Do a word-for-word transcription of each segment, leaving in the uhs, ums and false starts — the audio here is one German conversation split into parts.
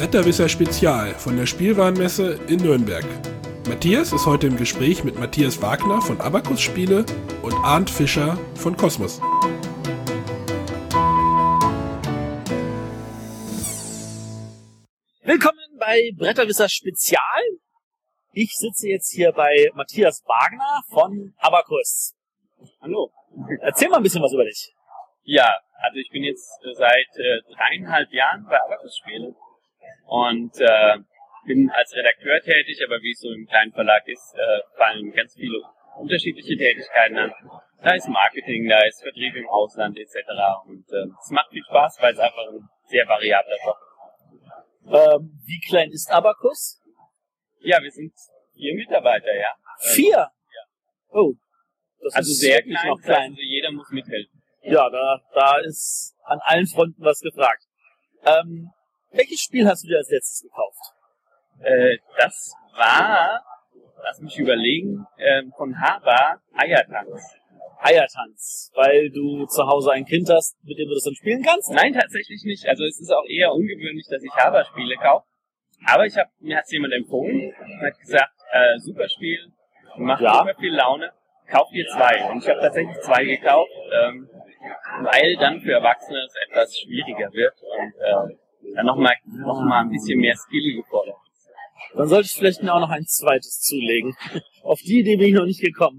Bretterwisser Spezial von der Spielwarenmesse in Nürnberg. Matthias ist heute im Gespräch mit Matthias Wagner von Abacus Spiele und Arndt Fischer von Kosmos. Willkommen bei Bretterwisser Spezial. Ich sitze jetzt hier bei Matthias Wagner von Abacus. Hallo. Erzähl mal ein bisschen was über dich. Ja, also ich bin jetzt seit äh, dreieinhalb Jahren bei Abacus Spiele und äh, bin als Redakteur tätig, aber wie es so im kleinen Verlag ist, äh, fallen ganz viele unterschiedliche Tätigkeiten an. Da ist Marketing, da ist Vertrieb im Ausland et cetera. Und äh, es macht viel Spaß, weil es einfach ein sehr variabler Job ist. Ähm, wie klein ist Abacus? Ja, wir sind vier Mitarbeiter, ja. Vier? Ja. Oh, das also ist sehr wirklich klein, noch klein. also jeder muss mithelfen. Ja, da, da ist an allen Fronten was gefragt. Ähm, welches Spiel hast du dir als letztes gekauft? Äh, das war, lass mich überlegen, äh, von Haber Eiertanz. Eiertanz, weil du zu Hause ein Kind hast, mit dem du das dann spielen kannst? Nein, tatsächlich nicht. Also es ist auch eher ungewöhnlich, dass ich Haber-Spiele kaufe. Aber ich hab, mir hat es jemand empfohlen und hat gesagt, äh, super Spiel, macht Ja. super viel Laune, kauft ihr zwei. Und ich habe tatsächlich zwei gekauft, ähm, weil dann für Erwachsene es etwas schwieriger wird und äh, dann nochmal noch mal ein bisschen mehr Skill gefordert ist. Dann sollte ich vielleicht mir auch noch ein zweites zulegen. Auf die Idee bin ich noch nicht gekommen.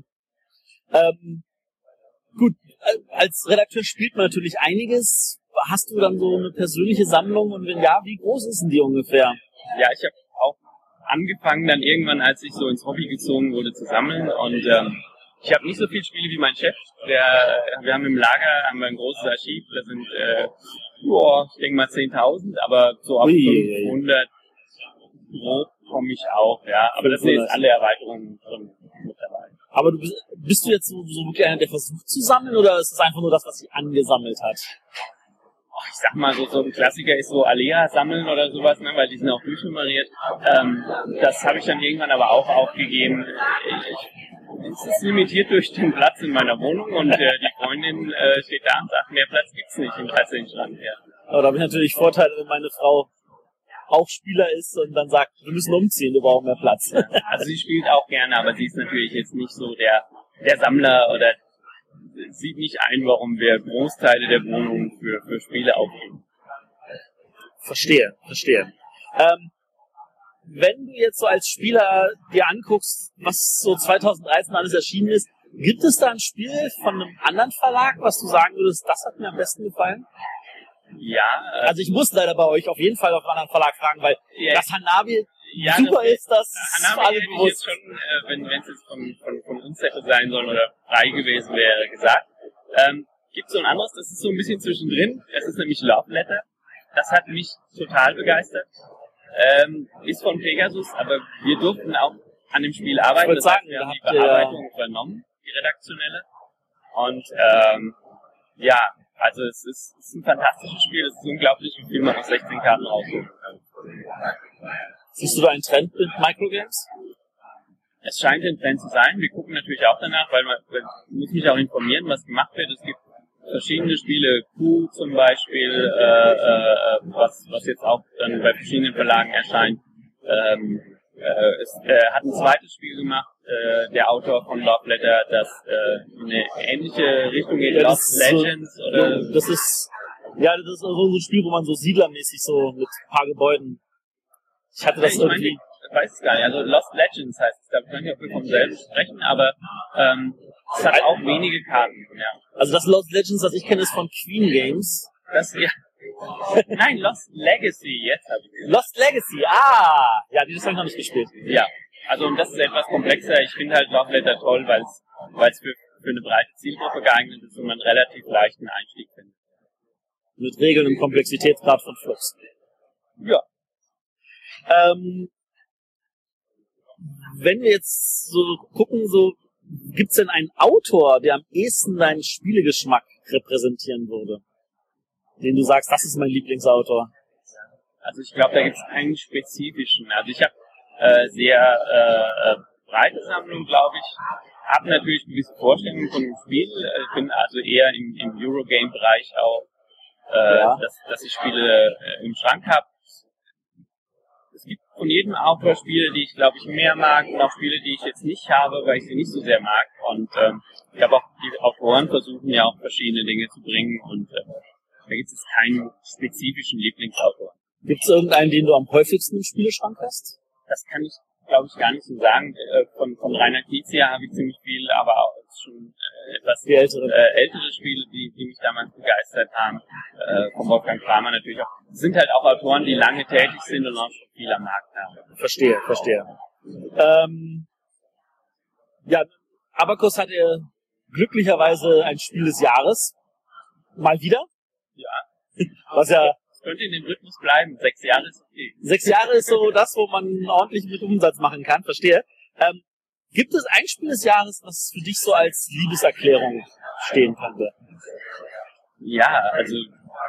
Ähm, gut, als Redakteur spielt man natürlich einiges. Hast du dann so eine persönliche Sammlung und wenn ja, wie groß ist denn die ungefähr? Ja, ich habe auch angefangen, dann irgendwann, als ich so ins Hobby gezogen wurde, zu sammeln. Und ähm, ich habe nicht so viele Spiele wie mein Chef. Der, wir haben im Lager haben wir ein großes Archiv. Da sind, äh, boah, ich denke mal zehntausend, aber so auf Ui, fünfhundert grob komme ich auch. Ja, aber das sind jetzt alle Erweiterungen drin mit dabei. Aber du bist, bist du jetzt so, so wirklich einer, der versucht zu sammeln oder ist es einfach nur das, was sich angesammelt hat? Ich sag mal, so, so ein Klassiker ist so Alea sammeln oder sowas, ne, weil die sind auch durchnummeriert. Ähm, das habe ich dann irgendwann aber auch aufgegeben. Ich, ich, es ist limitiert durch den Platz in meiner Wohnung und äh, die Freundin äh, steht da und sagt, mehr Platz gibt's nicht im dreizehnten Schrank. Ja. Aber da habe ich natürlich Vorteile, wenn meine Frau auch Spieler ist und dann sagt, wir müssen umziehen, wir brauchen mehr Platz. Also sie spielt auch gerne, aber sie ist natürlich jetzt nicht so der, der Sammler oder sieht nicht ein, warum wir Großteile der Wohnung für, für Spiele aufgeben. Verstehe, verstehe. Ähm, wenn du jetzt so als Spieler dir anguckst, was so zweitausenddreizehn alles erschienen ist, gibt es da ein Spiel von einem anderen Verlag, was du sagen würdest, das hat mir am besten gefallen? Ja. Äh, Also ich muss leider bei euch auf jeden Fall auf einen anderen Verlag fragen, weil ja, das Hanabi ja, super das, ist, das ist Hanabi alle hätte ich bewusst. jetzt schon, äh, wenn es jetzt von, von, von uns hätte sein sollen oder frei gewesen wäre, gesagt. Ähm, gibt so ein anderes, das ist so ein bisschen zwischendrin, das ist nämlich Love Letter. Das hat mich total begeistert. Ähm, ist von Pegasus, aber wir durften auch an dem Spiel arbeiten. Ich Das sagen, heißt, wir da haben die habt ihr- Bearbeitung übernommen, die redaktionelle. Und ähm, ja, also es ist, es ist ein fantastisches Spiel, es ist unglaublich, wie viel man aus sechzehn Karten rausholen kann. Siehst du da einen Trend mit Microgames? Es scheint ein Trend zu sein. Wir gucken natürlich auch danach, weil man, man muss mich auch informieren, was gemacht wird. Es gibt verschiedene Spiele, Q zum Beispiel, äh, äh, was, was jetzt auch dann bei verschiedenen Verlagen erscheint. Ähm, äh, es äh, hat ein zweites Spiel gemacht, äh, der Autor von Love Letter, das äh, in eine ähnliche Richtung geht, Ja, das Lost ist so- Legends oder... Das ist, ja, das ist so ein Spiel, wo man so siedlermäßig so mit ein paar Gebäuden. Ich hatte das ich meine, irgendwie. ich weiß es gar nicht, also Lost Legends heißt es, da kann ich auch vom selben sprechen, aber ähm, es hat auch wenige Karten, ja. Also das Lost Legends, das ich kenne, ist von Queen Games. Das, ja. Nein, Lost Legacy, jetzt habe ich es. Lost Legacy, ah! Ja, dieses habe ich noch nicht gespielt. Ja, also und das ist etwas komplexer. Ich finde halt Love Letter toll, weil es weil es für, für eine breite Zielgruppe geeignet ist und man einen relativ leichten Einstieg findet. Mit Regeln im Komplexitätsgrad von Flux. Ja. Ähm, wenn wir jetzt so gucken, so gibt's denn einen Autor, der am ehesten deinen Spielegeschmack repräsentieren würde? Den du sagst, das ist mein Lieblingsautor. Also ich glaube, da gibt es keinen spezifischen. Also ich habe äh, sehr äh, äh, breite Sammlung, glaube ich. Habe natürlich gewisse Vorstellungen von dem Spiel. Ich bin also eher im, im Eurogame-Bereich auch, äh, Ja. dass, dass ich Spiele äh, im Schrank habe. von jedem Autor Spiele, die ich glaube ich mehr mag und auch Spiele, die ich jetzt nicht habe, weil ich sie nicht so sehr mag. Und ähm, ich glaube auch, die Autoren versuchen ja auch verschiedene Dinge zu bringen und äh, da gibt es keinen spezifischen Lieblingsautor. Gibt es irgendeinen, den du am häufigsten im Spieleschrank hast? Das kann ich, glaube ich, gar nicht so sagen. Äh, von, von Rainer Knizia habe ich ziemlich viel, aber auch schon äh, etwas die ältere. Äh, ältere Spiele, die, die mich damals begeistert haben. Äh, von Wolfgang Kramer natürlich auch. Das sind halt auch Autoren, die lange tätig sind und auch schon viel am Markt haben. Verstehe, verstehe. Ähm, ja, Abacus hatte glücklicherweise ein Spiel des Jahres. Mal wieder. Ja. Was ja Es könnte in dem Rhythmus bleiben. Sechs Jahre ist okay. Sechs Jahre ist so das, wo man ordentlich mit Umsatz machen kann, verstehe. Ähm, gibt es ein Spiel des Jahres, was für dich so als Liebeserklärung stehen könnte? Ja, also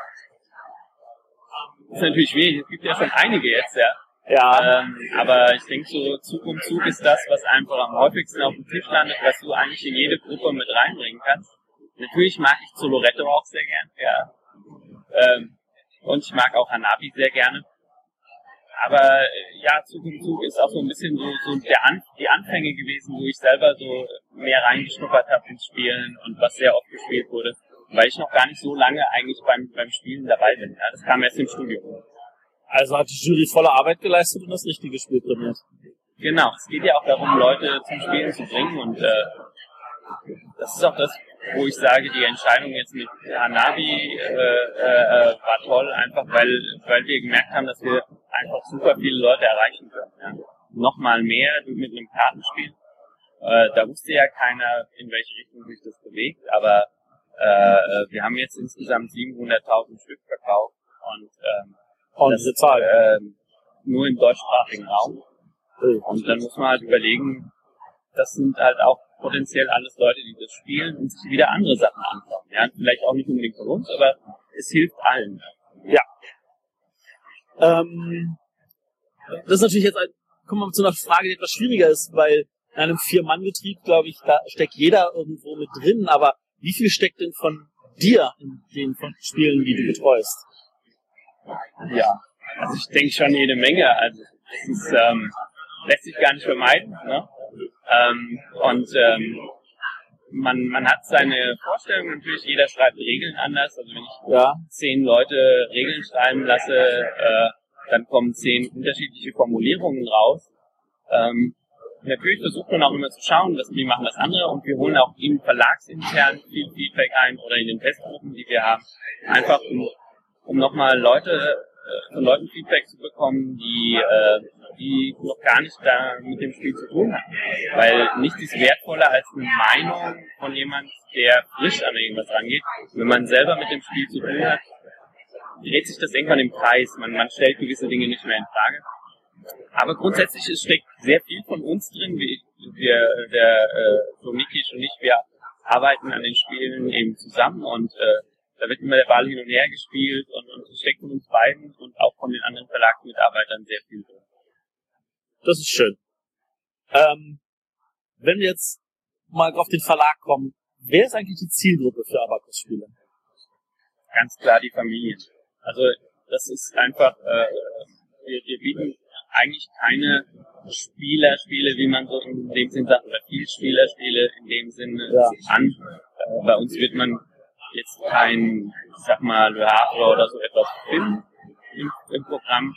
ist natürlich schwierig. Es gibt ja schon einige jetzt, ja. Ja. Ähm, aber ich denke so, Zug um Zug ist das, was einfach am häufigsten auf dem Tisch landet, was du eigentlich in jede Gruppe mit reinbringen kannst. Natürlich mag ich Zoloretto auch sehr gern, ja. Ähm, und ich mag auch Hanabi sehr gerne. Aber äh, ja, Zug um Zug ist auch so ein bisschen so, so der An die Anfänge gewesen, wo ich selber so mehr reingeschnuppert habe ins Spielen und was sehr oft gespielt wurde, weil ich noch gar nicht so lange eigentlich beim, beim Spielen dabei bin. Ja. Das kam erst im Studium. Also hat die Jury volle Arbeit geleistet und das richtige Spiel prämiert. Genau, es geht ja auch darum, Leute zum Spielen zu bringen und äh, das ist auch das, wo ich sage, die Entscheidung jetzt mit Hanabi äh, äh, war toll, einfach weil weil wir gemerkt haben, dass wir einfach super viele Leute erreichen können. Ja. Nochmal mehr mit einem Kartenspiel. Äh, da wusste ja keiner, in welche Richtung sich das bewegt, aber äh, wir haben jetzt insgesamt siebenhunderttausend Stück verkauft und ähm, Und das diese Zahl. Äh, nur im deutschsprachigen Raum. Und dann muss man halt überlegen, das sind halt auch potenziell alles Leute, die das spielen und sich wieder andere Sachen anschauen. Ja, vielleicht auch nicht unbedingt von uns, aber es hilft allen. Ja. Ähm, das ist natürlich jetzt, ein, kommen wir zu einer Frage, die etwas schwieriger ist, weil in einem Vier-Mann-Betrieb, glaube ich, da steckt jeder irgendwo mit drin, aber wie viel steckt denn von dir in den von Spielen, die du betreust? Ja, also ich denke schon jede Menge. Also es ist, ähm, lässt sich gar nicht vermeiden. Ne? Ähm, und ähm, man, man hat seine Vorstellungen, natürlich jeder schreibt Regeln anders. Also wenn ich ja. zehn Leute Regeln schreiben lasse, äh, dann kommen zehn unterschiedliche Formulierungen raus. Ähm, natürlich versucht man auch immer zu schauen, dass wir machen das andere und wir holen auch im Verlagsintern viel Feedback ein oder in den Testgruppen, die wir haben, einfach um, um nochmal Leute, äh, von Leuten Feedback zu bekommen, die, äh, die noch gar nicht da mit dem Spiel zu tun haben. Weil nichts ist wertvoller als eine Meinung von jemandem, der frisch an irgendwas rangeht. Wenn man selber mit dem Spiel zu tun hat, dreht sich das irgendwann im Kreis. Man, man stellt gewisse Dinge nicht mehr in Frage. Aber grundsätzlich es steckt sehr viel von uns drin. Wir, wir der äh, so Mikisch und ich, wir arbeiten an den Spielen eben zusammen und äh, da wird immer der Ball hin und her gespielt und, und es steckt von uns beiden und auch von den anderen Verlagsmitarbeitern sehr viel drin. Das ist schön. Ähm, wenn wir jetzt mal auf den Verlag kommen, wer ist eigentlich die Zielgruppe für Abacus-Spiele? Ganz klar die Familien. Also das ist einfach, äh, wir, wir bieten eigentlich keine Spielerspiele, wie man so in dem Sinn sagt, oder Vielspielerspiele in dem Sinne ja. an. Äh, bei uns wird man jetzt kein, ich sag mal, Le Havre oder so etwas finden im, im Programm.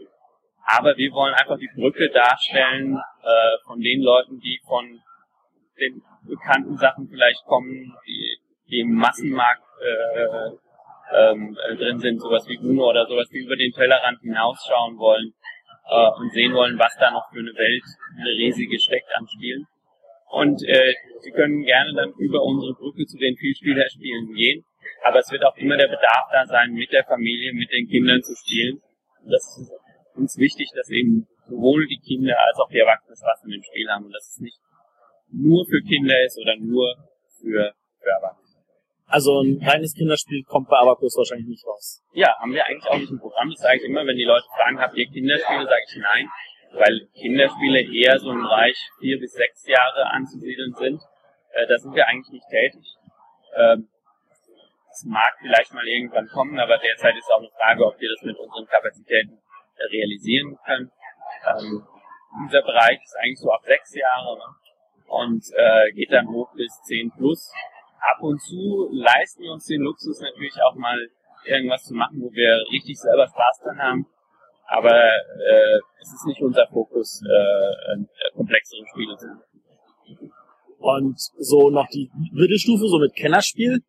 Aber wir wollen einfach die Brücke darstellen äh, von den Leuten, die von den bekannten Sachen vielleicht kommen, die, die im Massenmarkt äh, ähm, äh, drin sind, sowas wie Uno oder sowas, die über den Tellerrand hinausschauen wollen äh, und sehen wollen, was da noch für eine Welt, eine riesige steckt an Spielen. Und äh, sie können gerne dann über unsere Brücke zu den Vielspielerspielen gehen, aber es wird auch immer der Bedarf da sein, mit der Familie, mit den Kindern zu spielen. Und das ist uns wichtig, dass eben sowohl die Kinder als auch die Erwachsenen Spaß an dem Spiel haben und dass es nicht nur für Kinder ist oder nur für, für Erwachsene. Also ein reines Kinderspiel kommt bei Abacus wahrscheinlich nicht raus. Ja, haben wir eigentlich auch nicht im Programm. Das sage ich immer, wenn die Leute fragen, habt ihr Kinderspiele, sage ich nein, weil Kinderspiele eher so im Bereich vier bis sechs Jahre anzusiedeln sind. Äh, da sind wir eigentlich nicht tätig. Ähm, das mag vielleicht mal irgendwann kommen, aber derzeit ist auch eine Frage, ob wir das mit unseren Kapazitäten äh, realisieren können. Ähm, dieser Bereich ist eigentlich so ab sechs Jahre, ne? Und äh, geht dann hoch bis zehn plus. Ab und zu leisten wir uns den Luxus natürlich auch mal irgendwas zu machen, wo wir richtig selber Spaß dran haben. Aber äh, es ist nicht unser Fokus, äh, äh, komplexere Spiele zu machen. Und so noch die Mittelstufe, so mit Kennerspiel?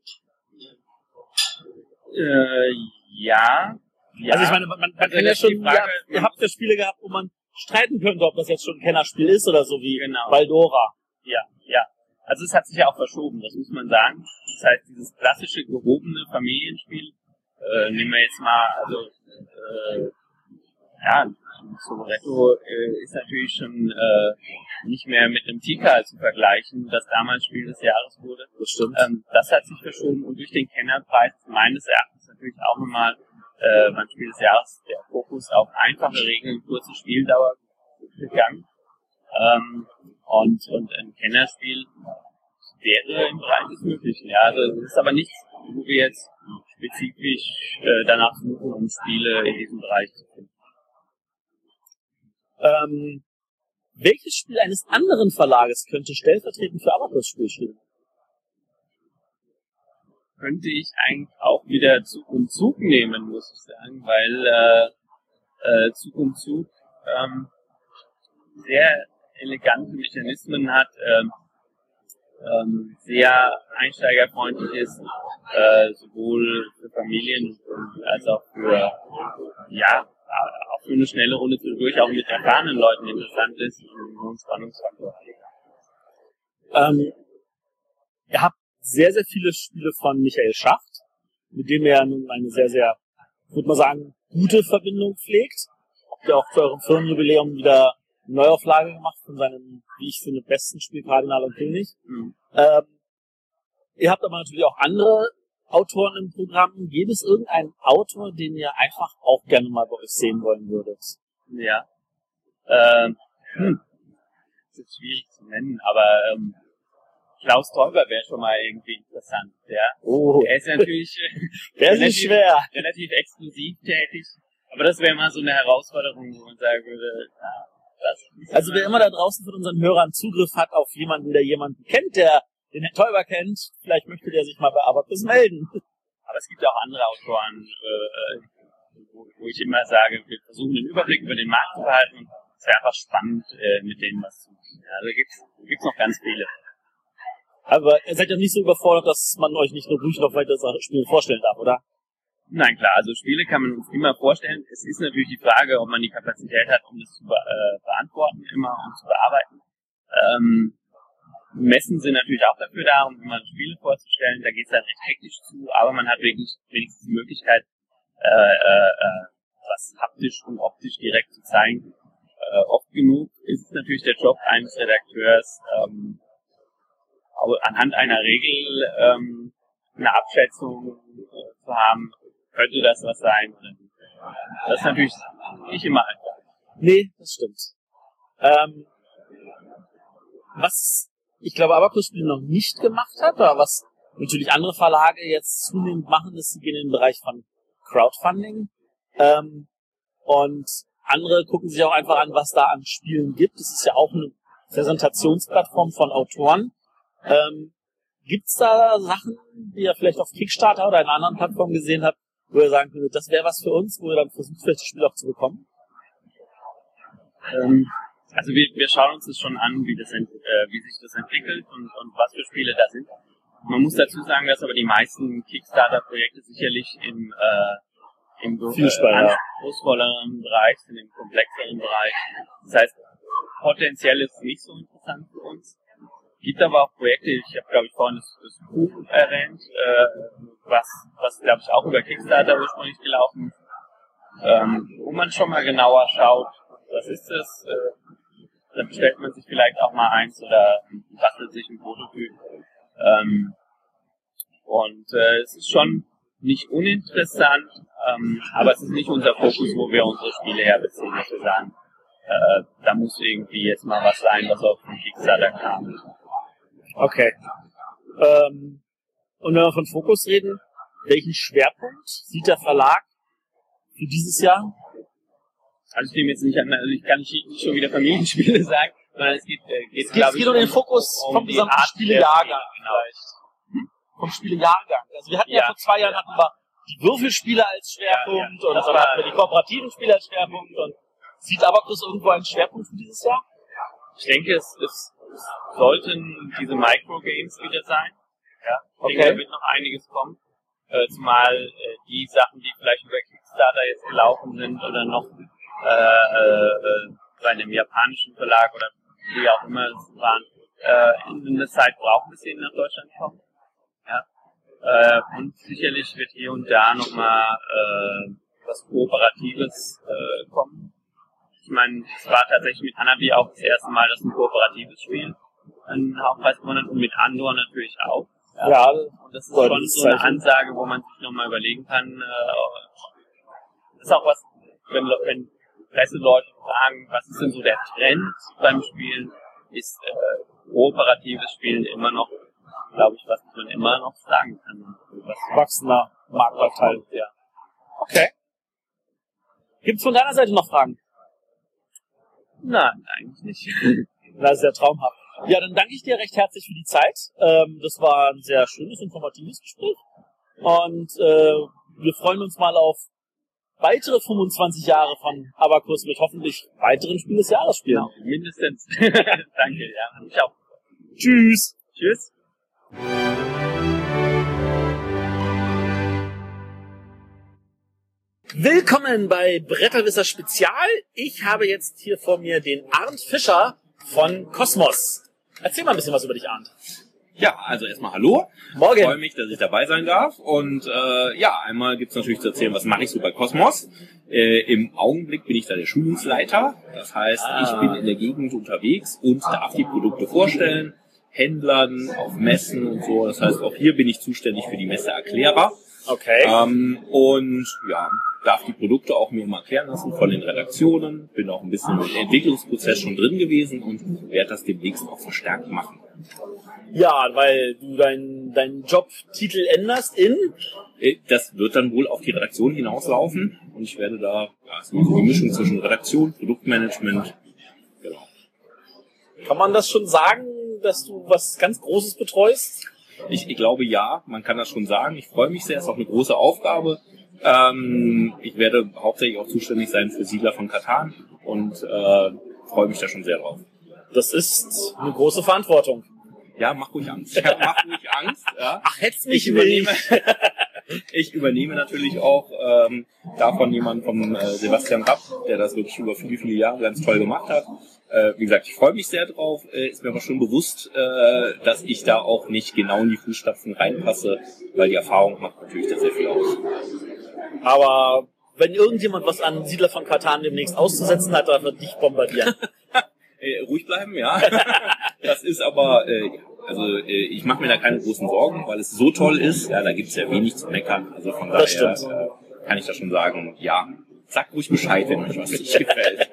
Äh, ja, ja. Also ich meine, man, man also kann ja schon, Frage, ja, ihr habt ja Spiele gehabt, wo man streiten könnte, ob das jetzt schon ein Kennerspiel ist oder so wie genau. Baldora. Ja, ja. Also es hat sich ja auch verschoben, das muss man sagen. Das heißt, dieses klassische, gehobene Familienspiel, äh, nehmen wir jetzt mal, also, äh, ja, Soretto äh, ist natürlich schon äh, nicht mehr mit einem Tikal zu vergleichen, das damals Spiel des Jahres wurde. Das stimmt. Ähm, das hat sich verschoben und durch den Kennerpreis meines Erachtens natürlich auch nochmal äh, beim Spiel des Jahres der Fokus auf einfache Regeln, kurze Spieldauer gegangen. Ähm, und, und ein Kennerspiel wäre im Bereich des Möglichen. Ja, also es ist aber nichts, wo wir jetzt spezifisch äh, danach suchen, um Spiele in diesem Bereich zu finden. Ähm, welches Spiel eines anderen Verlages könnte stellvertretend für Abacus-Spiel stehen? Könnte ich eigentlich auch wieder Zug um Zug nehmen, muss ich sagen, weil äh, äh, Zug um Zug ähm, sehr elegante Mechanismen hat, ähm, ähm, sehr einsteigerfreundlich ist, äh, sowohl für Familien als auch für, ja, auch für eine schnelle Runde zwischendurch, auch mit erfahrenen Leuten interessant ist und einen hohen Spannungsfaktor. Ähm, ihr habt sehr, sehr viele Spiele von Michael Schacht, mit dem er nun eine sehr, sehr, würde man sagen, gute Verbindung pflegt. Habt ihr auch zu eurem Firmenjubiläum wieder eine Neuauflage gemacht von seinem, wie ich finde, besten Spiel Kardinal und König. Mhm. Ähm, ihr habt aber natürlich auch andere Autoren im Programm. Gibt es irgendeinen Autor, den ihr einfach auch gerne mal bei euch sehen wollen würdet? Ja. Ähm, hm. Das ist schwierig zu nennen, aber ähm, Klaus Teuber wäre schon mal irgendwie interessant, ja. Oh. Er ist natürlich Der ist relativ, schwer. relativ exklusiv tätig, aber das wäre mal so eine Herausforderung, wo man sagen würde, ja, das Also wer immer da draußen von unseren Hörern Zugriff hat auf jemanden, der jemanden kennt, der den Herrn Teuber kennt, vielleicht möchte der sich mal bei Abacus melden. Aber es gibt auch andere Autoren, äh, wo, wo ich immer sage, wir versuchen den Überblick über den Markt zu behalten und es wäre einfach spannend, äh, mit denen was zu tun. Ja, also gibt's gibt's noch ganz viele. Aber ihr seid ja nicht so überfordert, dass man euch nicht nur ruhig noch weiter Spiele vorstellen darf, oder? Nein, klar, also Spiele kann man uns immer vorstellen. Es ist natürlich die Frage, ob man die Kapazität hat, um das zu be äh, beantworten immer und zu bearbeiten. Ähm, Messen sind natürlich auch dafür da, um immer Spiele vorzustellen. Da geht es dann recht hektisch zu, aber man hat wirklich wenigstens die Möglichkeit, äh, äh, was haptisch und optisch direkt zu zeigen. Äh, oft genug ist es natürlich der Job eines Redakteurs, ähm, anhand einer Regel ähm, eine Abschätzung äh, zu haben, könnte das was sein oder nicht. Das ist natürlich nicht immer einfach. Nee, das stimmt. Ähm, was ich glaube Abacus-Spiele noch nicht gemacht hat, oder was natürlich andere Verlage jetzt zunehmend machen, ist, sie gehen in den Bereich von Crowdfunding. Ähm, und andere gucken sich auch einfach an, was da an Spielen gibt. Das ist ja auch eine Präsentationsplattform von Autoren. Ähm, gibt's da Sachen, die ihr vielleicht auf Kickstarter oder einer anderen Plattform gesehen habt, wo ihr sagen könntet, das wäre was für uns, wo ihr dann versucht, vielleicht das Spiel auch zu bekommen? Ähm, also wir, wir schauen uns das schon an, wie, das ent, äh, wie sich das entwickelt und, und was für Spiele da sind. Man muss dazu sagen, dass aber die meisten Kickstarter-Projekte sicherlich im, äh, im äh, anspruchsvolleren Bereich sind, im komplexeren Bereich. Das heißt, potenziell ist es nicht so interessant für uns. Gibt aber auch Projekte, ich habe glaube ich vorhin das, das Buch erwähnt, äh, was, was glaube ich auch über Kickstarter ursprünglich gelaufen ist, ähm, wo man schon mal genauer schaut, was ist das, äh, dann bestellt man sich vielleicht auch mal eins oder bastelt sich ein Prototyp. Ähm, und äh, es ist schon nicht uninteressant, ähm, aber es ist nicht unser Fokus, wo wir unsere Spiele herbeziehen, dass wir sagen, äh, da muss irgendwie jetzt mal was sein, was auf dem Kickstarter kam. Okay. Ähm, und wenn wir von Fokus reden, welchen Schwerpunkt sieht der Verlag für dieses Jahr? Also ich nehme jetzt nicht an, also ich kann nicht, nicht schon wieder Familienspiele sagen, sondern es geht, äh, geht, es geht, es geht um den Fokus um vom gesamten Spielejahrgang vielleicht. Hm? Vom Spielejahrgang. Also wir hatten ja, ja vor zwei Jahren hatten wir die Würfelspiele als Schwerpunkt ja, ja. und dann hatten wir die kooperativen Spiele als Schwerpunkt. Und sieht Abacus irgendwo einen Schwerpunkt für dieses Jahr? Ich denke, es, es, es sollten diese Microgames wieder sein. Ja, ich okay. denke, da wird noch einiges kommen. Äh, zumal äh, die Sachen, die vielleicht über Kickstarter jetzt gelaufen sind oder noch äh, äh, bei einem japanischen Verlag oder wie auch immer es waren, äh, in einer Zeit brauchen, bis sie nach Deutschland kommen. Ja. Äh, und sicherlich wird hier und da nochmal äh, was Kooperatives äh, kommen. Ich meine, es war tatsächlich mit Hanabi auch das erste Mal, dass ein kooperatives Spiel einen Hauptpreis gewonnen hat und mit Andor natürlich auch. Ja, ja, und das ist schon so eine Ansage, wo man sich nochmal überlegen kann. Äh, das ist auch was, wenn, wenn Presseleute fragen, was ist denn so der Trend beim Spielen, ist äh, kooperatives Spielen immer noch, glaube ich, was man immer noch sagen kann. Was wachsender Marktanteil. Ja. Okay. Gibt's von deiner Seite noch Fragen? Nein, eigentlich nicht. Das ist ja traumhaft. Ja, dann danke ich dir recht herzlich für die Zeit. Ähm, das war ein sehr schönes, informatives Gespräch. Und äh, wir freuen uns mal auf weitere fünfundzwanzig Jahre von Abacus mit hoffentlich weiteren Spiel des Jahres spielen. Genau, mindestens. Danke, ja. Ich auch. Tschüss. Tschüss. Willkommen bei Bretterwisser Spezial. Ich habe jetzt hier vor mir den Arndt Fischer von Kosmos. Erzähl mal ein bisschen was über dich, Arndt. Ja, also erstmal hallo. Morgen. Ich freue mich, dass ich dabei sein darf. Und äh, ja, einmal gibt's natürlich zu erzählen, was mache ich so bei Kosmos. Äh, Im Augenblick bin ich da der Schulungsleiter. Das heißt, ah. ich bin in der Gegend unterwegs und darf die Produkte vorstellen, Händlern, auf Messen und so. Das heißt, auch hier bin ich zuständig für die Messeerklärer. Okay. Ähm, und ja, darf die Produkte auch mir mal erklären lassen von den Redaktionen. Bin auch ein bisschen im Entwicklungsprozess schon drin gewesen und werde das demnächst auch verstärkt machen. Ja, weil du deinen dein Jobtitel änderst in? Das wird dann wohl auf die Redaktion hinauslaufen und ich werde da, ja, es ist so die Mischung zwischen Redaktion, Produktmanagement, genau. Kann man das schon sagen, dass du was ganz Großes betreust? Ich, ich glaube ja, man kann das schon sagen. Ich freue mich sehr, es ist auch eine große Aufgabe. Ähm, ich werde hauptsächlich auch zuständig sein für Siedler von Catan und äh, freue mich da schon sehr drauf. Das ist eine große Verantwortung. Ja, mach ruhig Angst. Ja, mach ruhig Angst. Ja. Ach, hätt's mich ich übernehme, ich übernehme natürlich auch ähm, davon jemanden vom äh, Sebastian Rapp, der das wirklich über viele, viele Jahre ganz toll gemacht hat. Äh, wie gesagt, ich freue mich sehr drauf. Äh, ist mir aber schon bewusst, äh, dass ich da auch nicht genau in die Fußstapfen reinpasse, weil die Erfahrung macht natürlich da sehr viel aus. Aber wenn irgendjemand was an Siedler von Catan demnächst auszusetzen hat, darf er dich bombardieren. äh, ruhig bleiben, ja. Das ist aber, äh, also äh, ich mache mir da keine großen Sorgen, weil es so toll ist. Ja, da gibt's ja wenig zu meckern. Also von daher äh, kann ich da schon sagen, ja, sag ruhig Bescheid, wenn euch was nicht gefällt.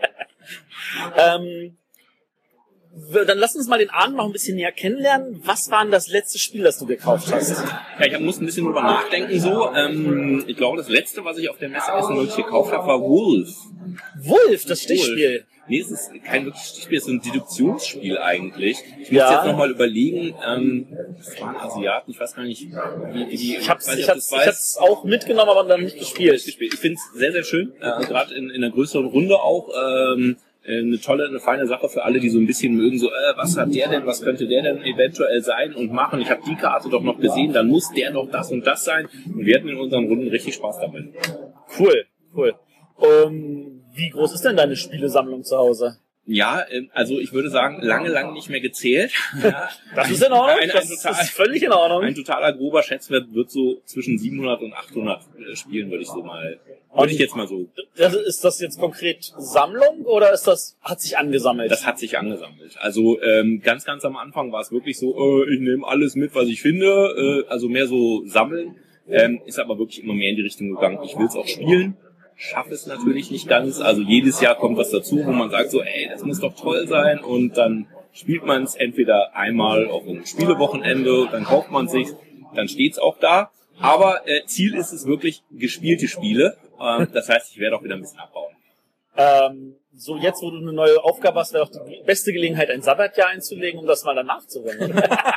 ähm, dann lass uns mal den Arndt noch ein bisschen näher kennenlernen. Was war denn das letzte Spiel, das du gekauft hast? Ja, ich muss ein bisschen drüber nachdenken so. Ähm, ich glaube, das letzte, was ich auf der Messe Essen wirklich gekauft habe, war Wolf. Wolf, das Stichspiel? Wolf. Nee, es ist kein wirkliches Stichspiel, es ist ein Deduktionsspiel eigentlich. Ich muss ja. jetzt nochmal überlegen, ähm, das waren Asiaten, ich weiß gar nicht, wie, wie die... Ich hab's, ich hab's, ich hab's auch mitgenommen, aber dann nicht gespielt. Ich finde es sehr, sehr schön, äh, gerade in, in einer größeren Runde auch. Ähm, eine tolle, eine feine Sache für alle, die so ein bisschen mögen, so, äh, was hat der denn, was könnte der denn eventuell sein und machen. Ich habe die Karte doch noch gesehen, dann muss der doch das und das sein. Und wir hatten in unseren Runden richtig Spaß dabei. Cool, cool. Um, wie groß ist denn deine Spielesammlung zu Hause? Ja, also ich würde sagen, lange, lange nicht mehr gezählt. Ja, das ist in Ordnung, ein, ein, das, total, das ist völlig in Ordnung. Ein totaler grober Schätzwert wird so zwischen siebenhundert und achthundert Spielen, würde ich so mal, würde ich jetzt mal so. Das, ist das jetzt konkret Sammlung oder ist das, hat sich angesammelt? Das hat sich angesammelt. Also ähm, ganz, ganz am Anfang war es wirklich so, äh, ich nehme alles mit, was ich finde, äh, also mehr so sammeln, ähm, ist aber wirklich immer mehr in die Richtung gegangen. Ich will es auch spielen. Schaffe es natürlich nicht ganz. Also jedes Jahr kommt was dazu, wo man sagt so, ey, das muss doch toll sein. Und dann spielt man es entweder einmal auf einem Spielewochenende, dann kauft man sich, dann steht's auch da. Aber äh, Ziel ist es wirklich gespielte Spiele. Ähm, das heißt, ich werde auch wieder ein bisschen abbauen. Ähm, so jetzt, wo du eine neue Aufgabe hast, wäre auch die beste Gelegenheit, ein Sabbatjahr einzulegen, um das mal dann nachzuholen.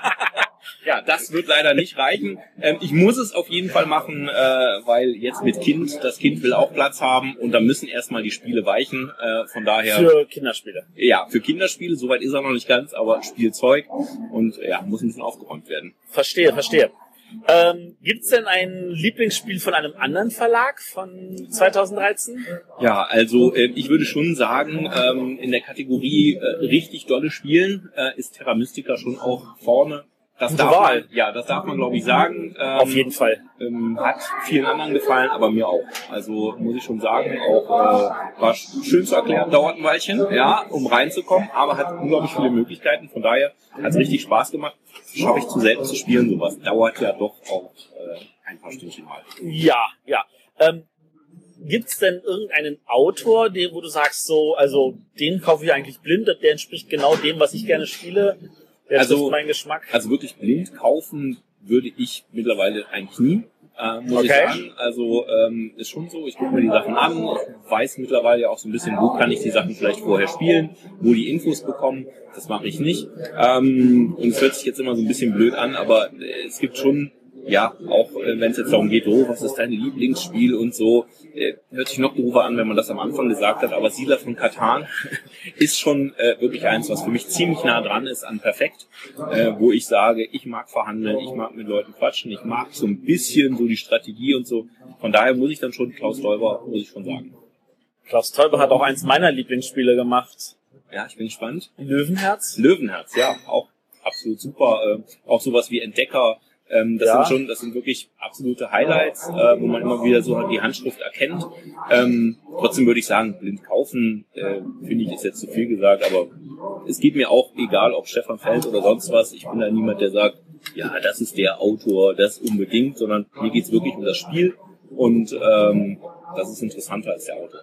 Ja, das wird leider nicht reichen. Ähm, ich muss es auf jeden Fall machen, äh, weil jetzt mit Kind, das Kind will auch Platz haben und da müssen erstmal die Spiele weichen. Äh, von daher. Für Kinderspiele. Ja, für Kinderspiele, soweit ist er noch nicht ganz, aber Spielzeug und ja, muss ein bisschen aufgeräumt werden. Verstehe, verstehe. Ähm, gibt's denn ein Lieblingsspiel von einem anderen Verlag von zweitausenddreizehn? Ja, also äh, ich würde schon sagen, ähm, in der Kategorie äh, richtig dolle Spielen äh, ist Terra Mystica schon auch vorne. Das Gute darf Wahl. man, ja, das darf man, glaube ich, sagen. Ähm, Auf jeden Fall. Ähm, hat vielen anderen gefallen, aber mir auch. Also muss ich schon sagen, auch äh, war schön zu erklären, dauert ein Weilchen, ja, um reinzukommen, aber hat unglaublich viele Möglichkeiten. Von daher hat es richtig Spaß gemacht. Schaffe ich zu selten zu spielen, sowas dauert ja doch auch äh, ein paar Stündchen mal. Ja, ja. Ähm, gibt's denn irgendeinen Autor, den, wo du sagst, so, also den kaufe ich eigentlich blind, der entspricht genau dem, was ich gerne spiele? Der Also, trifft meinen Geschmack. Also wirklich blind kaufen würde ich mittlerweile eigentlich nie, äh, muss Okay. ich sagen. Also ähm, ist schon so, ich gucke mir die Sachen an, ich weiß mittlerweile ja auch so ein bisschen, wo kann ich die Sachen vielleicht vorher spielen, wo die Infos bekommen, das mache ich nicht. Ähm, und es hört sich jetzt immer so ein bisschen blöd an, aber äh, es gibt schon, ja, auch äh, wenn es jetzt darum geht, oh, was ist dein Lieblingsspiel und so, äh, hört sich noch doofer an, wenn man das am Anfang gesagt hat, aber Siedler von Catan ist schon äh, wirklich eins, was für mich ziemlich nah dran ist an perfekt, äh, wo ich sage, ich mag verhandeln, ich mag mit Leuten quatschen, ich mag so ein bisschen so die Strategie und so. Von daher muss ich dann schon Klaus Teuber, muss ich schon sagen. Klaus Teuber hat auch eins meiner Lieblingsspiele gemacht. Ja, ich bin gespannt. Löwenherz? Löwenherz, ja, auch absolut super. Äh, auch sowas wie Entdecker. Ähm, das Ja. sind schon, das sind wirklich absolute Highlights, äh, wo man immer wieder so die Handschrift erkennt. Ähm, trotzdem würde ich sagen, blind kaufen, äh, finde ich, ist jetzt zu viel gesagt, aber es geht mir auch egal, ob Stefan Feld oder sonst was. Ich bin da niemand, der sagt, ja, das ist der Autor, das unbedingt, sondern mir geht's wirklich um das Spiel und ähm, das ist interessanter als der Autor.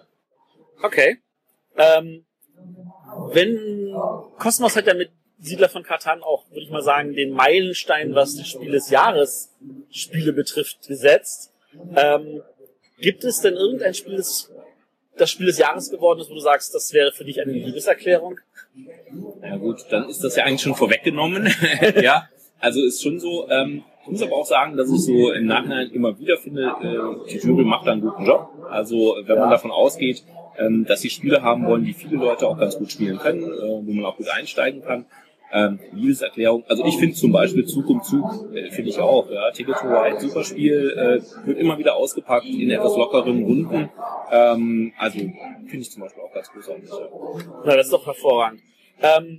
Okay. Ähm, wenn Kosmos hat ja mit Siedler von Catan auch, würde ich mal sagen, den Meilenstein, was die Spiel des Jahres Spiele betrifft, gesetzt. Ähm, gibt es denn irgendein Spiel, das das Spiel des Jahres geworden ist, wo du sagst, das wäre für dich eine Liebeserklärung? Ja gut, dann ist das ja eigentlich schon vorweggenommen. Ja, also ist schon so. Ähm, ich muss aber auch sagen, dass ich so im Nachhinein immer wieder finde, äh, die Jury macht da einen guten Job. Also wenn man Ja. davon ausgeht, ähm, dass sie Spiele haben wollen, die viele Leute auch ganz gut spielen können, äh, wo man auch gut einsteigen kann. Ähm, Liebeserklärung, also ich finde zum Beispiel Zug um Zug, äh, finde ich auch, ja, Ticket to Ride, super Spiel, äh, wird immer wieder ausgepackt in etwas lockeren Runden, ähm, also finde ich zum Beispiel auch ganz großartig. Ja. Na, das ist doch hervorragend. Ähm,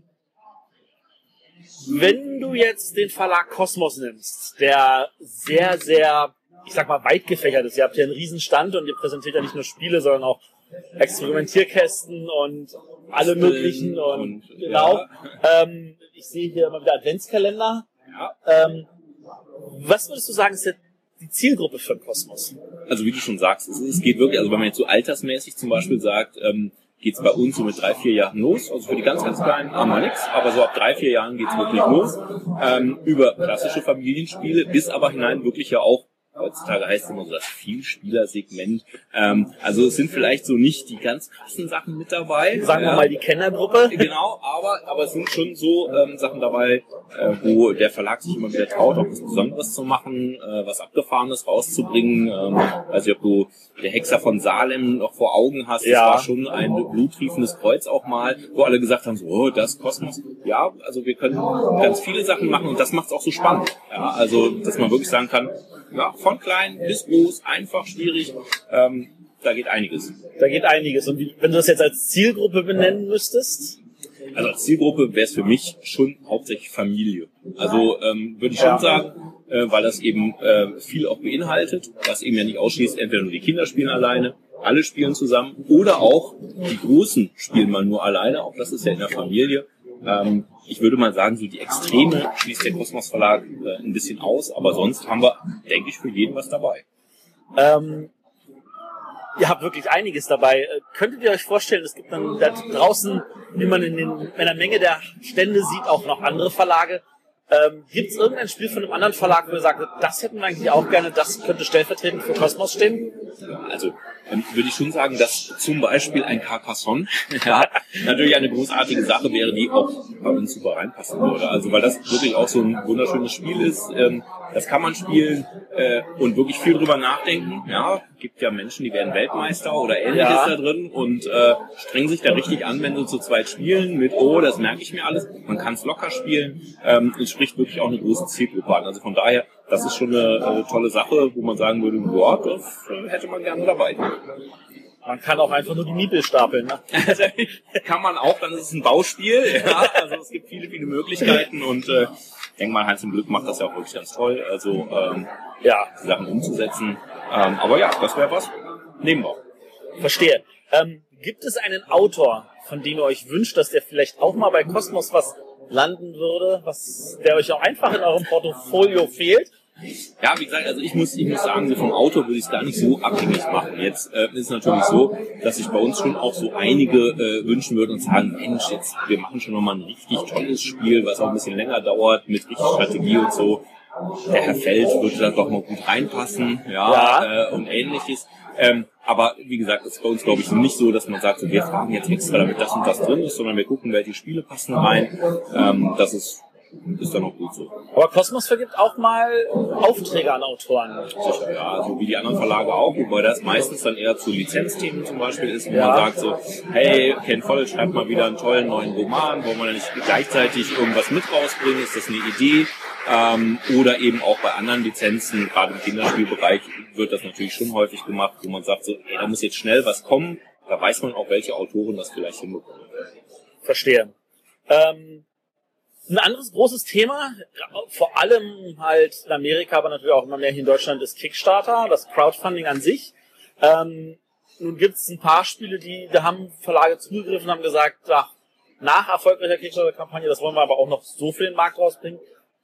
wenn du jetzt den Verlag Kosmos nimmst, der sehr, sehr, ich sag mal, weit gefächert ist, ihr habt ja einen Riesenstand und ihr präsentiert ja nicht nur Spiele, sondern auch Experimentierkästen und alle möglichen und, und, genau. ja. Ähm, ich sehe hier immer wieder Adventskalender. Ja. Ähm, was würdest du sagen, ist jetzt die Zielgruppe für Kosmos? Also wie du schon sagst, es, es geht wirklich, also wenn man jetzt so altersmäßig zum Beispiel sagt, ähm, geht's bei uns so mit drei, vier Jahren los. Also für die ganz, ganz Kleinen haben wir nichts, aber so ab drei, vier Jahren geht's wirklich los. Ähm, über klassische Familienspiele bis aber hinein wirklich ja auch, heutzutage heißt es immer so das Vielspielersegment. Ähm, also es sind vielleicht so nicht die ganz krassen Sachen mit dabei. Sagen wir ja. mal die Kennergruppe. Genau, aber, aber es sind schon so ähm, Sachen dabei, äh, wo der Verlag sich immer wieder traut, auch was Besonderes zu machen, äh, was Abgefahrenes rauszubringen. Ähm, also ob du der Hexer von Salem noch vor Augen hast, Ja. das war schon ein bluttriefendes Kreuz auch mal, wo alle gesagt haben, so, oh, das Kosmos. Ja, also wir können ganz viele Sachen machen und das macht es auch so spannend. Ja, also, dass man wirklich sagen kann, ja, von klein bis groß, einfach, schwierig, ähm, da geht einiges. Da geht einiges. Und wie, wenn du das jetzt als Zielgruppe benennen müsstest? Also als Zielgruppe wäre es für mich schon hauptsächlich Familie. Also ähm, würde ich schon Ja. sagen, äh, weil das eben äh, viel auch beinhaltet, was eben ja nicht ausschließt, entweder nur die Kinder spielen alleine, alle spielen zusammen oder auch die Großen spielen mal nur alleine, auch das ist ja in der Familie. Ähm, ich würde mal sagen, so die Extreme schließt der Kosmos Verlag äh, ein bisschen aus, aber sonst haben wir, denke ich, für jeden was dabei. Ähm, ihr habt wirklich einiges dabei. Äh, Könntet ihr euch vorstellen, es gibt dann da draußen, wie man in, den, in der Menge der Stände sieht, auch noch andere Verlage. Ähm, gibt es irgendein Spiel von einem anderen Verlag, wo ihr sagt, das hätten wir eigentlich auch gerne, das könnte stellvertretend für Kosmos stehen? Ja, also ähm, würde ich schon sagen, dass zum Beispiel ein Carcassonne ja, natürlich eine großartige Sache wäre, die auch bei uns super reinpassen würde. Also weil das wirklich auch so ein wunderschönes Spiel ist. Ähm, das kann man spielen äh, und wirklich viel drüber nachdenken. Ja, gibt ja Menschen, die werden Weltmeister oder Ähnliches Ja. da drin und äh, strengen sich da richtig an, wenn sie zu zweit spielen mit, oh, das merke ich mir alles. Man kann es locker spielen. Ähm, es spricht wirklich auch eine große Zielgruppe an. Also von daher, das ist schon eine äh, tolle Sache, wo man sagen würde, ja, das äh, hätte man gerne dabei. Man kann auch einfach nur die Miepel stapeln. Ne? Kann man auch, dann ist es ein Bauspiel. Ja, also es gibt viele, viele Möglichkeiten und äh, ich denke mal, Heinz im Glück macht das ja auch wirklich ganz toll, also ähm, Ja, die Sachen umzusetzen. Ähm, aber ja, das wäre was. Nehmen wir. verstehe. Ähm, gibt es einen Autor, von dem ihr euch wünscht, dass der vielleicht auch mal bei Kosmos was landen würde, was der euch auch einfach in eurem Portfolio fehlt? Ja, wie gesagt, also ich muss, ich muss sagen, so vom Autor würde ich es gar nicht so abhängig machen. Jetzt äh, ist es natürlich so, dass sich bei uns schon auch so einige äh, wünschen würden und sagen, Mensch, jetzt wir machen schon nochmal ein richtig tolles Spiel, was auch ein bisschen länger dauert, mit richtig Strategie und so. Der Herr Feld würde da doch mal gut reinpassen, ja, Ja. Äh, und Ähnliches. Ähm, aber wie gesagt, das ist bei uns, glaube ich, nicht so, dass man sagt, so, wir fragen jetzt extra, damit das und das drin ist, sondern wir gucken, welche Spiele passen rein. Ähm, das ist ist dann auch gut so. Aber Kosmos vergibt auch mal Aufträge an Autoren. Sicher, ja, so wie die anderen Verlage auch, wobei das meistens dann eher zu Lizenzthemen zum Beispiel ist, wo Ja. man sagt so, hey, Ken Follett schreibt mal wieder einen tollen neuen Roman, wollen wir da nicht gleichzeitig irgendwas mit rausbringen, ist das eine Idee? Ähm, oder eben auch bei anderen Lizenzen, gerade im Kinderspielbereich, wird das natürlich schon häufig gemacht, wo man sagt so, ey, da muss jetzt schnell was kommen, da weiß man auch, welche Autoren das vielleicht hinbekommen. Verstehe. Ähm, ein anderes großes Thema, vor allem halt in Amerika, aber natürlich auch immer mehr hier in Deutschland, ist Kickstarter, das Crowdfunding an sich. Ähm, nun gibt es ein paar Spiele, die da haben Verlage zugegriffen, haben gesagt, ach, nach erfolgreicher Kickstarter-Kampagne, das wollen wir aber auch noch so für den Markt rausbringen.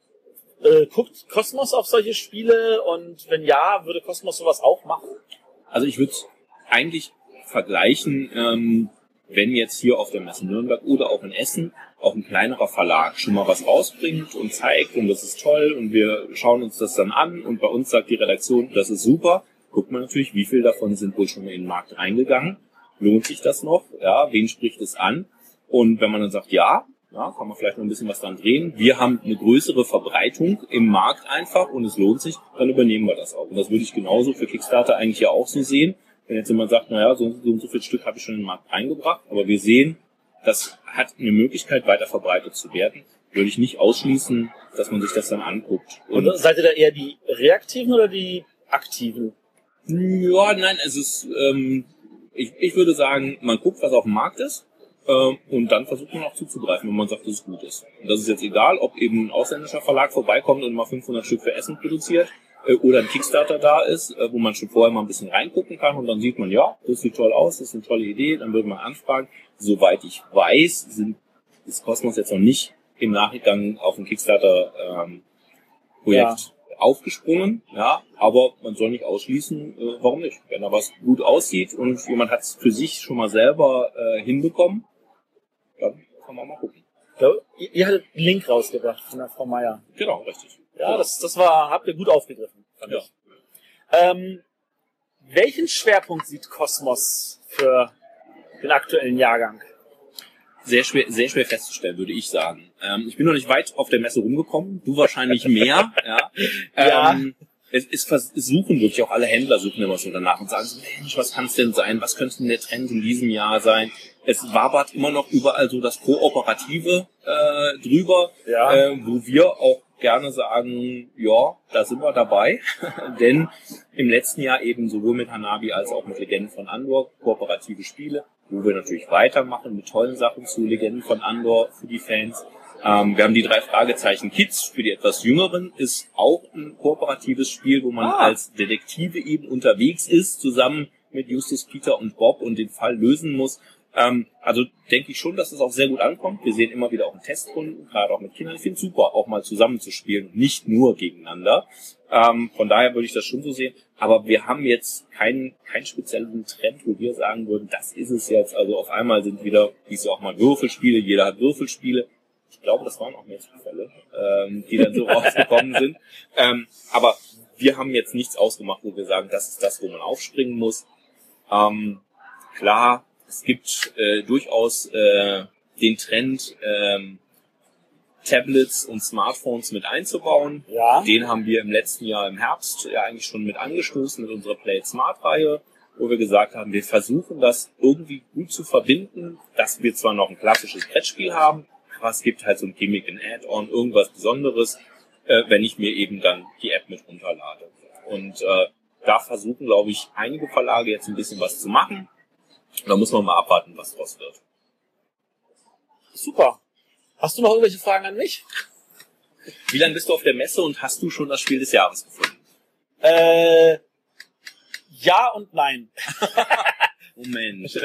Äh, guckt Kosmos auf solche Spiele und wenn ja, würde Kosmos sowas auch machen? Also ich würde es eigentlich vergleichen, ähm, wenn jetzt hier auf der Messe Nürnberg oder auch in Essen auch ein kleinerer Verlag schon mal was rausbringt und zeigt und das ist toll und wir schauen uns das dann an und bei uns sagt die Redaktion, das ist super, guckt man natürlich, wie viel davon sind wohl schon in den Markt reingegangen, lohnt sich das noch, ja, wen spricht es an und wenn man dann sagt, ja, ja, kann man vielleicht noch ein bisschen was dran drehen, wir haben eine größere Verbreitung im Markt einfach und es lohnt sich, dann übernehmen wir das auch und das würde ich genauso für Kickstarter eigentlich ja auch so sehen. Wenn jetzt jemand sagt, naja, so, so und so viel Stück habe ich schon in den Markt reingebracht, aber wir sehen, das hat eine Möglichkeit, weiter verbreitet zu werden, würde ich nicht ausschließen, dass man sich das dann anguckt. Und seid ihr da eher die Reaktiven oder die Aktiven? Ja, nein, es ist, ähm, ich, ich würde sagen, man guckt, was auf dem Markt ist, ähm, und dann versucht man auch zuzugreifen, wenn man sagt, dass es gut ist. Und das ist jetzt egal, ob eben ein ausländischer Verlag vorbeikommt und mal fünfhundert Stück für Essen produziert, oder ein Kickstarter da ist, wo man schon vorher mal ein bisschen reingucken kann und dann sieht man, ja, das sieht toll aus, das ist eine tolle Idee, dann würde man anfragen. Soweit ich weiß, sind, ist Kosmos jetzt noch nicht im Nachgang auf ein Kickstarter-Projekt ähm, ja. aufgesprungen, ja, aber man soll nicht ausschließen, äh, warum nicht? Wenn da was gut aussieht und jemand hat es für sich schon mal selber äh, hinbekommen, dann kann man mal gucken. Ja, ihr, ihr hattet einen Link rausgebracht von der Frau Meier. Genau, richtig. Ja, das, das war, habt ihr gut aufgegriffen, fand Ja. ich. Ähm, welchen Schwerpunkt sieht Kosmos für den aktuellen Jahrgang? Sehr schwer, sehr schwer festzustellen, würde ich sagen. Ähm, ich bin noch nicht weit auf der Messe rumgekommen, du wahrscheinlich mehr. ja. Ja. Ähm, es, es, vers- es suchen wirklich auch alle Händler suchen immer so danach und sagen so, Mensch, was kann es denn sein? Was könnte denn der Trend in diesem Jahr sein? Es wabert immer noch überall so das Kooperative äh, drüber, Ja. äh, wo wir auch gerne sagen, ja, da sind wir dabei. Denn im letzten Jahr eben sowohl mit Hanabi als auch mit Legenden von Andor kooperative Spiele, wo wir natürlich weitermachen mit tollen Sachen zu Legenden von Andor für die Fans. Ähm, wir haben die drei Fragezeichen Kids für die etwas Jüngeren, ist auch ein kooperatives Spiel, wo man Ah. als Detektive eben unterwegs ist, zusammen mit Justus, Peter und Bob und den Fall lösen muss. Ähm, also denke ich schon, dass es auch sehr gut ankommt. Wir sehen immer wieder auch in Testrunden, gerade auch mit Kindern. Ich finde es super, auch mal zusammen zu spielen, nicht nur gegeneinander. Ähm, von daher würde ich das schon so sehen. Aber wir haben jetzt keinen keinen speziellen Trend, wo wir sagen würden, das ist es jetzt. Also auf einmal sind wieder, wie es ja auch mal Würfelspiele, jeder hat Würfelspiele. Ich glaube, das waren auch mehr Zufälle, ähm, die dann so rausgekommen sind. Ähm, aber wir haben jetzt nichts ausgemacht, wo wir sagen, das ist das, wo man aufspringen muss. Ähm, klar, es gibt äh, durchaus äh, den Trend, ähm, Tablets und Smartphones mit einzubauen. Ja. Den haben wir im letzten Jahr im Herbst ja eigentlich schon mit angestoßen mit unserer Play It Smart-Reihe, wo wir gesagt haben, wir versuchen das irgendwie gut zu verbinden, dass wir zwar noch ein klassisches Brettspiel haben, aber es gibt halt so ein Gimmick, ein Add-on, irgendwas Besonderes, äh, wenn ich mir eben dann die App mit runterlade. Und äh, da versuchen, glaube ich, einige Verlage jetzt ein bisschen was zu machen. Da muss man mal abwarten, was draus wird. Super. Hast du noch irgendwelche Fragen an mich? Wie lange bist du auf der Messe und hast du schon das Spiel des Jahres gefunden? Äh, ja und nein. Moment.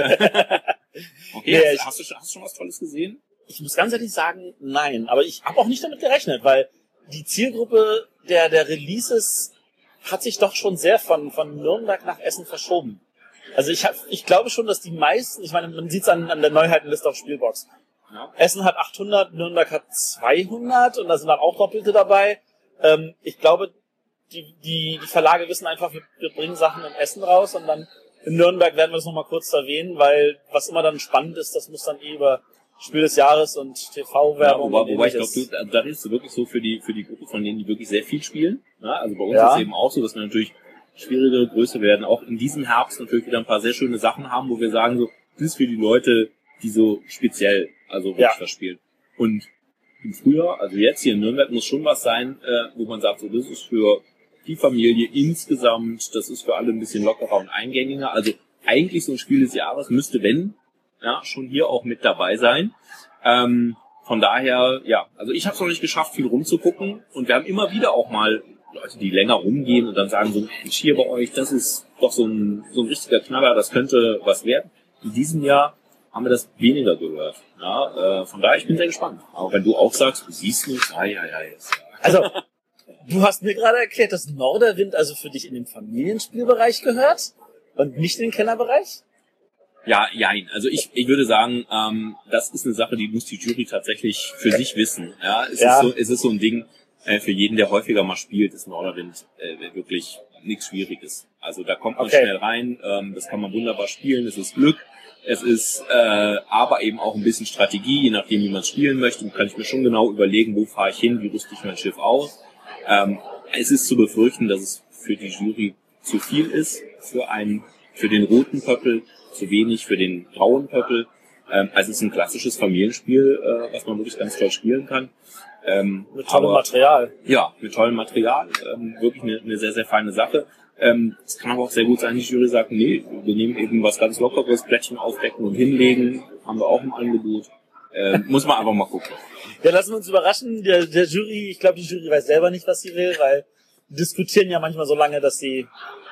Okay, Nee, hast, ich- hast, du schon, hast du schon was Tolles gesehen? Ich muss ganz ehrlich sagen, nein. Aber ich habe auch nicht damit gerechnet, weil die Zielgruppe der, der Releases hat sich doch schon sehr von, von Nürnberg nach Essen verschoben. Also ich, hab, ich glaube schon, dass die meisten, ich meine, man sieht es an, an der Neuheitenliste auf Spielbox. Ja. Essen hat achthundert, Nürnberg hat zweihundert und da sind dann auch Doppelte dabei. Ähm, ich glaube, die, die, die Verlage wissen einfach, wir, wir bringen Sachen in Essen raus und dann in Nürnberg werden wir das nochmal kurz erwähnen, weil was immer dann spannend ist, das muss dann eh über Spiel des Jahres und T Ja, V-Werbung wobei, und wobei ich glaube, ähnliches. du, also da redest du wirklich so für die für die Gruppe von denen, die wirklich sehr viel spielen. Ja, also bei uns Ja. ist es eben auch so, dass wir natürlich schwierigere Größe werden. Auch in diesem Herbst natürlich wieder ein paar sehr schöne Sachen haben, wo wir sagen, so, das ist für die Leute, die so speziell, also wirklich Ja. verspielen. Und im Frühjahr, also jetzt hier in Nürnberg, muss schon was sein, äh, wo man sagt, so, das ist für die Familie insgesamt, das ist für alle ein bisschen lockerer und eingängiger. Also eigentlich so ein Spiel des Jahres müsste, wenn, ja, schon hier auch mit dabei sein. Ähm, von daher, ja, also ich habe es noch nicht geschafft, viel rumzugucken und wir haben immer wieder auch mal Leute, die länger rumgehen und dann sagen so, ich hier bei euch, das ist doch so ein, so ein richtiger Knaller, das könnte was werden. In diesem Jahr haben wir das weniger gehört. Ja, äh, von daher, ich bin sehr gespannt. Aber wenn du auch sagst, du siehst nicht, ja, ja, ja, jetzt. Also, du hast mir gerade erklärt, dass Norderwind also für dich in den Familienspielbereich gehört und nicht in den Kennerbereich? Ja, jein. Also ich, ich würde sagen, ähm, das ist eine Sache, die muss die Jury tatsächlich für sich wissen. Ja, es Ja. ist so, es ist so ein Ding, äh, für jeden, der häufiger mal spielt, ist Norderwind äh, wirklich nichts Schwieriges. Also da kommt man Okay. schnell rein, ähm, das kann man wunderbar spielen, es ist Glück, es ist äh, aber eben auch ein bisschen Strategie, je nachdem, wie man es spielen möchte, kann ich mir schon genau überlegen, wo fahre ich hin, wie rüste ich mein Schiff aus. Ähm, es ist zu befürchten, dass es für die Jury zu viel ist, für einen, für den roten Pöppel, zu wenig für den grauen Pöppel. Ähm, also es ist ein klassisches Familienspiel, äh, was man wirklich ganz toll spielen kann. Ähm, Mit tollem aber- Material. Ja, mit tollem Material, ähm, wirklich eine, eine sehr, sehr feine Sache. Ähm, es kann aber auch sehr gut sein, die Jury sagt, nee, wir nehmen eben was ganz Lockeres, Plättchen aufdecken und hinlegen, haben wir auch im Angebot. Ähm, muss man einfach mal gucken. Ja, lassen wir uns überraschen. Der, der Jury, ich glaube, die Jury weiß selber nicht, was sie will, weil die diskutieren ja manchmal so lange, dass sie,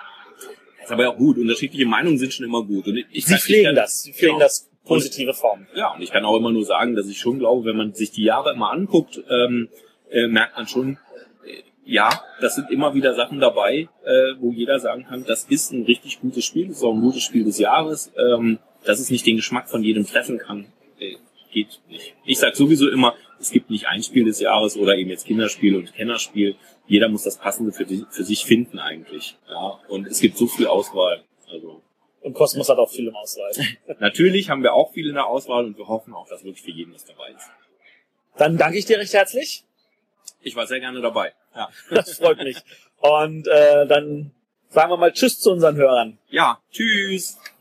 Ist aber auch gut, unterschiedliche Meinungen sind schon immer gut. Und ich, sie ich pflegen kann- das, sie pflegen genau. das positive Form. Ja, und ich kann auch immer nur sagen, dass ich schon glaube, wenn man sich die Jahre immer anguckt, ähm, äh, merkt man schon, äh, ja, das sind immer wieder Sachen dabei, äh, wo jeder sagen kann, das ist ein richtig gutes Spiel, das ist auch ein gutes Spiel des Jahres, ähm, dass es nicht den Geschmack von jedem treffen kann, äh, geht nicht. Ich sag sowieso immer, es gibt nicht ein Spiel des Jahres oder eben jetzt Kinderspiel und Kennerspiel. Jeder muss das Passende für, die, für sich finden eigentlich. Ja, und es gibt so viel Auswahl. Also Und Kosmos hat auch viel im Auswahl. natürlich haben wir auch viel in der Auswahl und wir hoffen auch, dass wirklich für jeden was dabei ist. Dann danke ich dir recht herzlich. Ich war sehr gerne dabei. Ja, Das freut mich. Und äh, dann sagen wir mal Tschüss zu unseren Hörern. ja, tschüss.